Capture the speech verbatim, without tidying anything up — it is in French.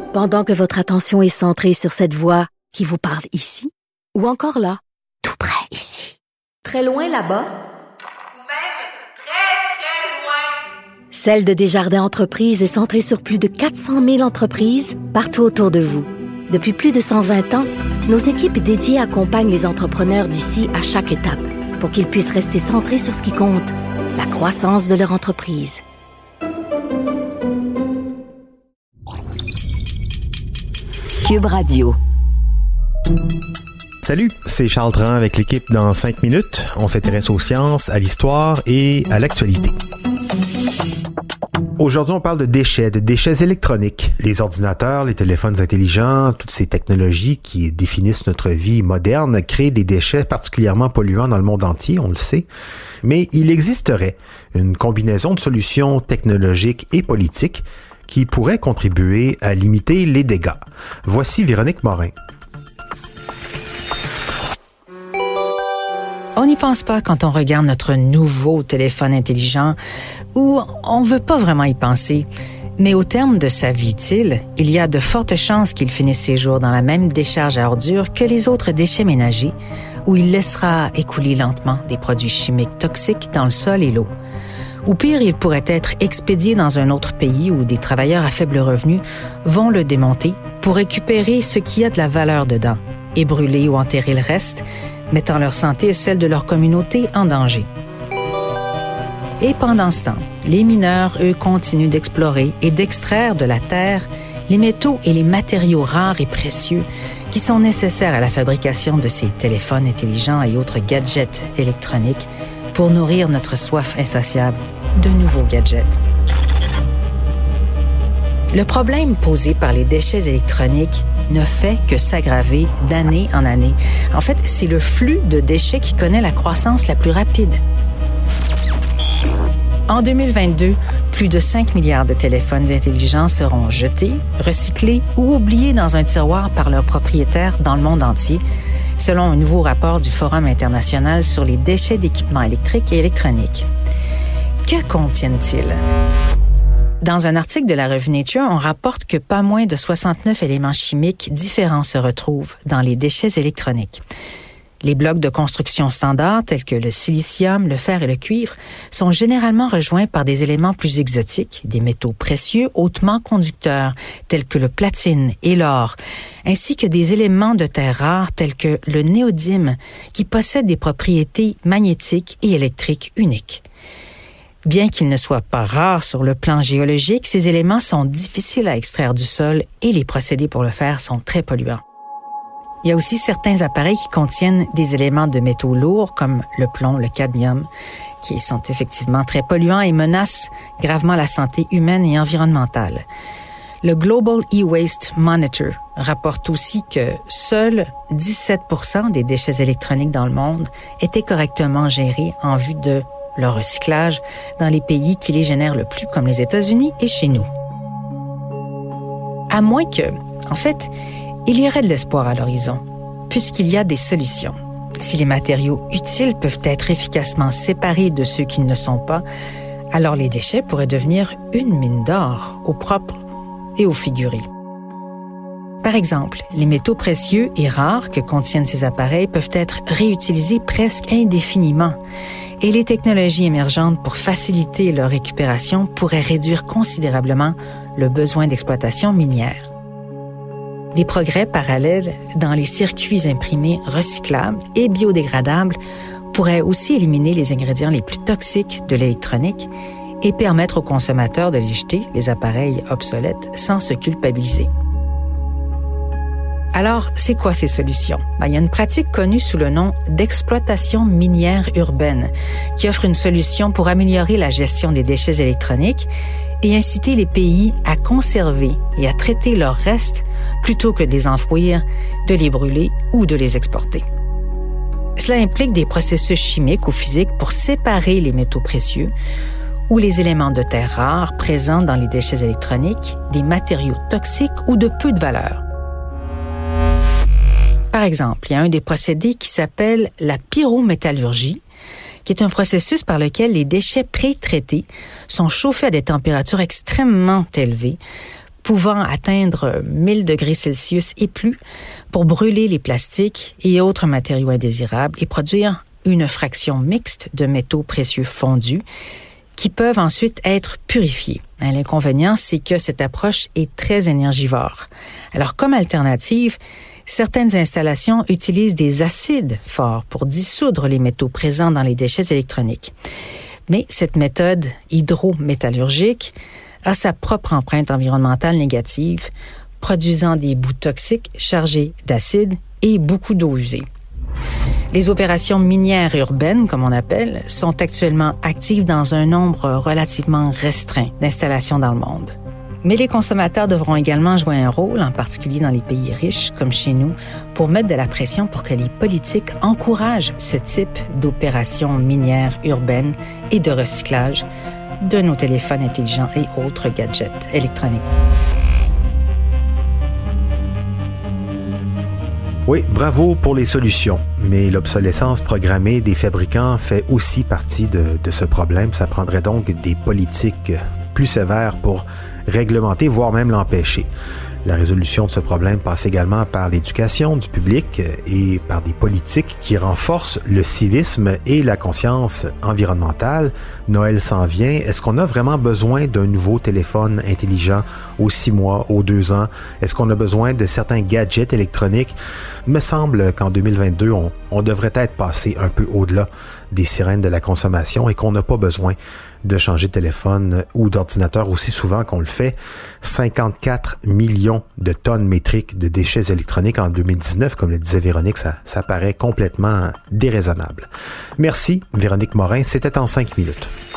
Pendant que votre attention est centrée sur cette voix qui vous parle ici, ou encore là, tout près ici, très loin là-bas, ou même très, très loin. Celle de Desjardins Entreprises est centrée sur plus de quatre cent mille entreprises partout autour de vous. Depuis plus de cent vingt ans, nos équipes dédiées accompagnent les entrepreneurs d'ici à chaque étape pour qu'ils puissent rester centrés sur ce qui compte, la croissance de leur entreprise. Cube Radio. Salut, c'est Charles Dran avec l'équipe dans cinq minutes. On s'intéresse aux sciences, à l'histoire et à l'actualité. Aujourd'hui, on parle de déchets, de déchets électroniques. Les ordinateurs, les téléphones intelligents, toutes ces technologies qui définissent notre vie moderne créent des déchets particulièrement polluants dans le monde entier, on le sait. Mais il existerait une combinaison de solutions technologiques et politiques qui pourrait contribuer à limiter les dégâts. Voici Véronique Morin. On n'y pense pas quand on regarde notre nouveau téléphone intelligent ou on ne veut pas vraiment y penser. Mais au terme de sa vie utile, il y a de fortes chances qu'il finisse ses jours dans la même décharge à ordures que les autres déchets ménagers, où il laissera écouler lentement des produits chimiques toxiques dans le sol et l'eau. Ou pire, il pourrait être expédié dans un autre pays où des travailleurs à faible revenu vont le démonter pour récupérer ce qui a de la valeur dedans et brûler ou enterrer le reste, mettant leur santé et celle de leur communauté en danger. Et pendant ce temps, les mineurs, eux, continuent d'explorer et d'extraire de la terre les métaux et les matériaux rares et précieux qui sont nécessaires à la fabrication de ces téléphones intelligents et autres gadgets électroniques pour nourrir notre soif insatiable de nouveaux gadgets. Le problème posé par les déchets électroniques ne fait que s'aggraver d'année en année. En fait, c'est le flux de déchets qui connaît la croissance la plus rapide. En deux mille vingt-deux, plus de cinq milliards de téléphones intelligents seront jetés, recyclés ou oubliés dans un tiroir par leurs propriétaires dans le monde entier, selon un nouveau rapport du Forum international sur les déchets d'équipements électriques et électroniques. Que contiennent-ils? Dans un article de la revue Nature, on rapporte que pas moins de soixante-neuf éléments chimiques différents se retrouvent dans les déchets électroniques. Les blocs de construction standards, tels que le silicium, le fer et le cuivre, sont généralement rejoints par des éléments plus exotiques, des métaux précieux hautement conducteurs, tels que le platine et l'or, ainsi que des éléments de terre rares, tels que le néodyme, qui possèdent des propriétés magnétiques et électriques uniques. Bien qu'ils ne soient pas rares sur le plan géologique, ces éléments sont difficiles à extraire du sol et les procédés pour le faire sont très polluants. Il y a aussi certains appareils qui contiennent des éléments de métaux lourds comme le plomb, le cadmium, qui sont effectivement très polluants et menacent gravement la santé humaine et environnementale. Le Global E-Waste Monitor rapporte aussi que seuls dix-sept pour cent des déchets électroniques dans le monde étaient correctement gérés en vue de leur recyclage dans les pays qui les génèrent le plus, comme les États-Unis et chez nous. À moins que, en fait, il y aurait de l'espoir à l'horizon, puisqu'il y a des solutions. Si les matériaux utiles peuvent être efficacement séparés de ceux qui ne le sont pas, alors les déchets pourraient devenir une mine d'or, au propre et au figuré. Par exemple, les métaux précieux et rares que contiennent ces appareils peuvent être réutilisés presque indéfiniment, et les technologies émergentes pour faciliter leur récupération pourraient réduire considérablement le besoin d'exploitation minière. Des progrès parallèles dans les circuits imprimés recyclables et biodégradables pourraient aussi éliminer les ingrédients les plus toxiques de l'électronique et permettre aux consommateurs de les jeter, les appareils obsolètes, sans se culpabiliser. Alors, c'est quoi ces solutions? Ben, il y a une pratique connue sous le nom d'exploitation minière urbaine qui offre une solution pour améliorer la gestion des déchets électroniques et inciter les pays à conserver et à traiter leurs restes plutôt que de les enfouir, de les brûler ou de les exporter. Cela implique des processus chimiques ou physiques pour séparer les métaux précieux ou les éléments de terre rares présents dans les déchets électroniques des matériaux toxiques ou de peu de valeur. Par exemple, il y a un des procédés qui s'appelle la pyrométallurgie, qui est un processus par lequel les déchets pré-traités sont chauffés à des températures extrêmement élevées pouvant atteindre mille degrés Celsius et plus pour brûler les plastiques et autres matériaux indésirables et produire une fraction mixte de métaux précieux fondus qui peuvent ensuite être purifiés. L'inconvénient, c'est que cette approche est très énergivore. Alors, comme alternative, certaines installations utilisent des acides forts pour dissoudre les métaux présents dans les déchets électroniques. Mais cette méthode hydrométallurgique a sa propre empreinte environnementale négative, produisant des bouts toxiques chargés d'acide et beaucoup d'eau usée. Les opérations minières urbaines, comme on appelle, sont actuellement actives dans un nombre relativement restreint d'installations dans le monde. Mais les consommateurs devront également jouer un rôle, en particulier dans les pays riches, comme chez nous, pour mettre de la pression pour que les politiques encouragent ce type d'opérations minières urbaines et de recyclage de nos téléphones intelligents et autres gadgets électroniques. Oui, bravo pour les solutions, mais l'obsolescence programmée des fabricants fait aussi partie de, de ce problème. Ça prendrait donc des politiques plus sévères pour réglementer, voire même l'empêcher. La résolution de ce problème passe également par l'éducation du public et par des politiques qui renforcent le civisme et la conscience environnementale. Noël s'en vient. Est-ce qu'on a vraiment besoin d'un nouveau téléphone intelligent aux six mois, aux deux ans? Est-ce qu'on a besoin de certains gadgets électroniques? Il me semble qu'en deux mille vingt-deux, on, on devrait être passé un peu au-delà des sirènes de la consommation et qu'on n'a pas besoin de changer de téléphone ou d'ordinateur aussi souvent qu'on le fait. cinquante-quatre millions de tonnes métriques de déchets électroniques en deux mille dix-neuf, comme le disait Véronique, ça, ça paraît complètement déraisonnable. Merci, Véronique Morin. C'était en cinq minutes.